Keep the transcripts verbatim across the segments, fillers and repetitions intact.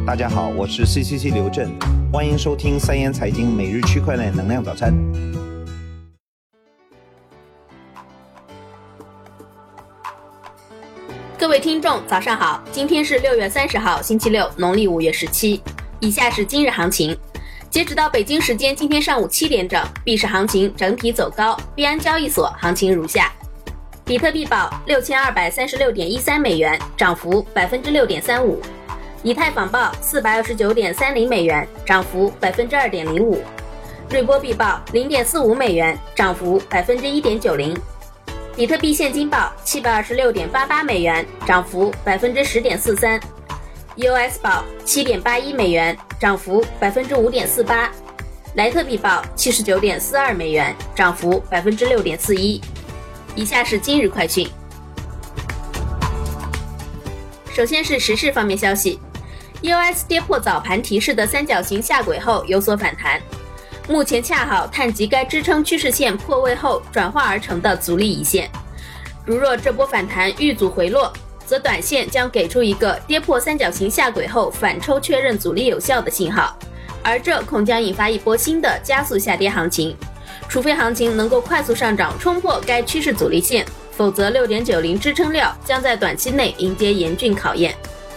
大家好，我是 C C C 刘震，欢迎收听三言财经每日区块链能量早餐。 各位听众早上好，今天是六月三十号星期六，农历五月十七。以下是今日行情。截止到北京时间今天上午七点整，币市行情整体走高，币安交易所行情如下：比特币报六千二百三十六点一三美元，涨幅百分之六点三五；以太坊报四百二十九点三零美元，涨幅百分之二点零五；瑞波币报零点四五美元，涨幅百分之一点九零；比特币现金报七百二十六点八八美元，涨幅百分之十点四三。E O S 报七点八一美元，涨幅百分之五点四八；莱特币报七十九点四二美元，涨幅百分之六点四一。以下是今日快讯。首先是时事方面消息 ，E O S 跌破早盘提示的三角形下轨后有所反弹，目前恰好探及该支撑趋势线破位后转化而成的阻力一线。如若这波反弹遇阻回落，则短线将给出一个跌破三角形下轨后反抽确认阻力有效的信号，而这恐将引发一波新的加速下跌行情，除非行情能够快速上涨冲破该趋势阻力线，否则 六点九零 支撑料将在短期内迎接严峻考验。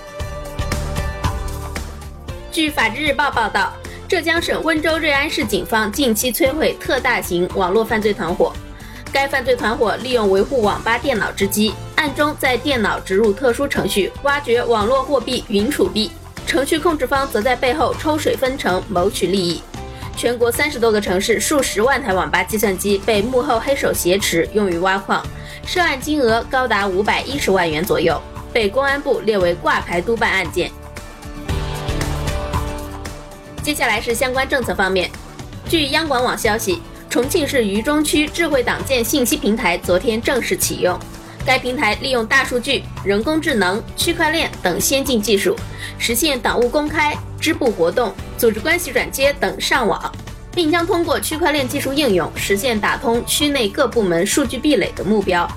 据法制日报报道，浙江省温州瑞安市警方近期摧毁特大型网络犯罪团伙，该犯罪团伙利用维护网吧电脑之机，暗中在电脑植入特殊程序，挖掘网络货币云储币，程序控制方则在背后抽水分成，谋取利益。全国三十多个城市数十万台网吧计算机被幕后黑手挟持，用于挖矿，涉案金额高达五百一十万元左右，被公安部列为挂牌督办案件。接下来是相关政策方面。据央广网消息，重庆市渝中区智慧党建信息平台昨天正式启用。该平台利用大数据、人工智能、区块链等先进技术，实现党务公开、支部活动、组织关系转接等上网，并将通过区块链技术应用实现打通区内各部门数据壁垒的目标。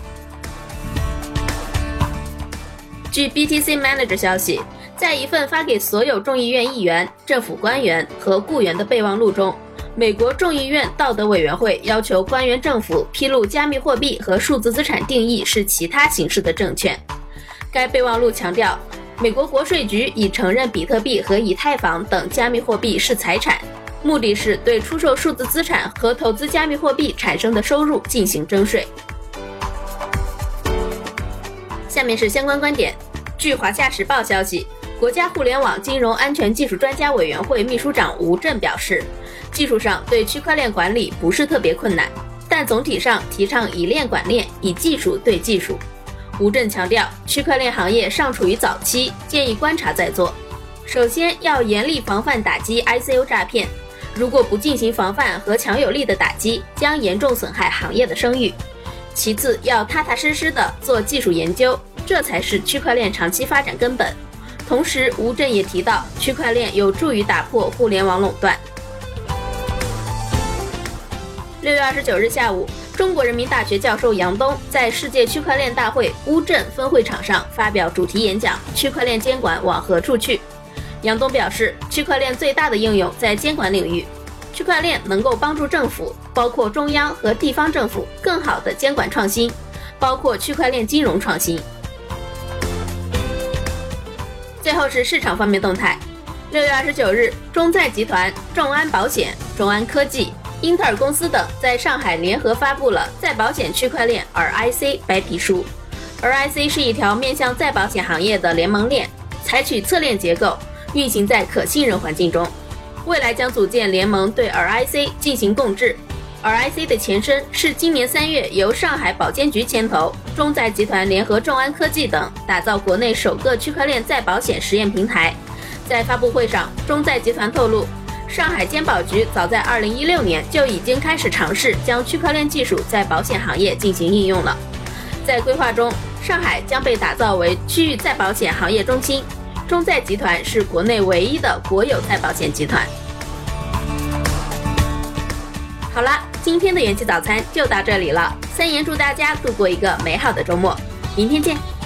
据 B T C Manager 消息，在一份发给所有众议院议员、政府官员和雇员的备忘录中，美国众议院道德委员会要求官员政府披露加密货币和数字资产定义是其他形式的证券。该备忘录强调，美国国税局已承认比特币和以太坊等加密货币是财产，目的是对出售数字资产和投资加密货币产生的收入进行征税。下面是相关观点。据华夏时报消息，国家互联网金融安全技术专家委员会秘书长吴震表示，技术上对区块链管理不是特别困难，但总体上提倡以链管链，以技术对技术。吴震强调，区块链行业尚处于早期，建议观察再做。首先要严厉防范打击 I C O 诈骗，如果不进行防范和强有力的打击，将严重损害行业的声誉。其次要踏踏实实地做技术研究，这才是区块链长期发展根本。同时，吴震也提到，区块链有助于打破互联网垄断。六月二十九日下午，中国人民大学教授杨东在世界区块链大会乌镇分会场上发表主题演讲《区块链监管往何处去》。杨东表示，区块链最大的应用在监管领域，区块链能够帮助政府，包括中央和地方政府，更好的监管创新，包括区块链金融创新。最后是市场方面动态。六月二十九日，中在集团、众安保险、众安科技、英特尔公司等在上海联合发布了再保险区块链 R I C 白皮书。R I C 是一条面向再保险行业的联盟链，采取侧链结构，运行在可信任环境中。未来将组建联盟对 R I C 进行共治。R I C 的前身是今年三月由上海保监局牵头，中在集团联合众安科技等打造国内首个区块链再保险实验平台。在发布会上，中在集团透露，上海监保局早在二零一六年就已经开始尝试将区块链技术在保险行业进行应用了。在规划中，上海将被打造为区域再保险行业中心，中在集团是国内唯一的国有再保险集团。好啦，今天的元气早餐就到这里了。三言祝大家度过一个美好的周末，明天见。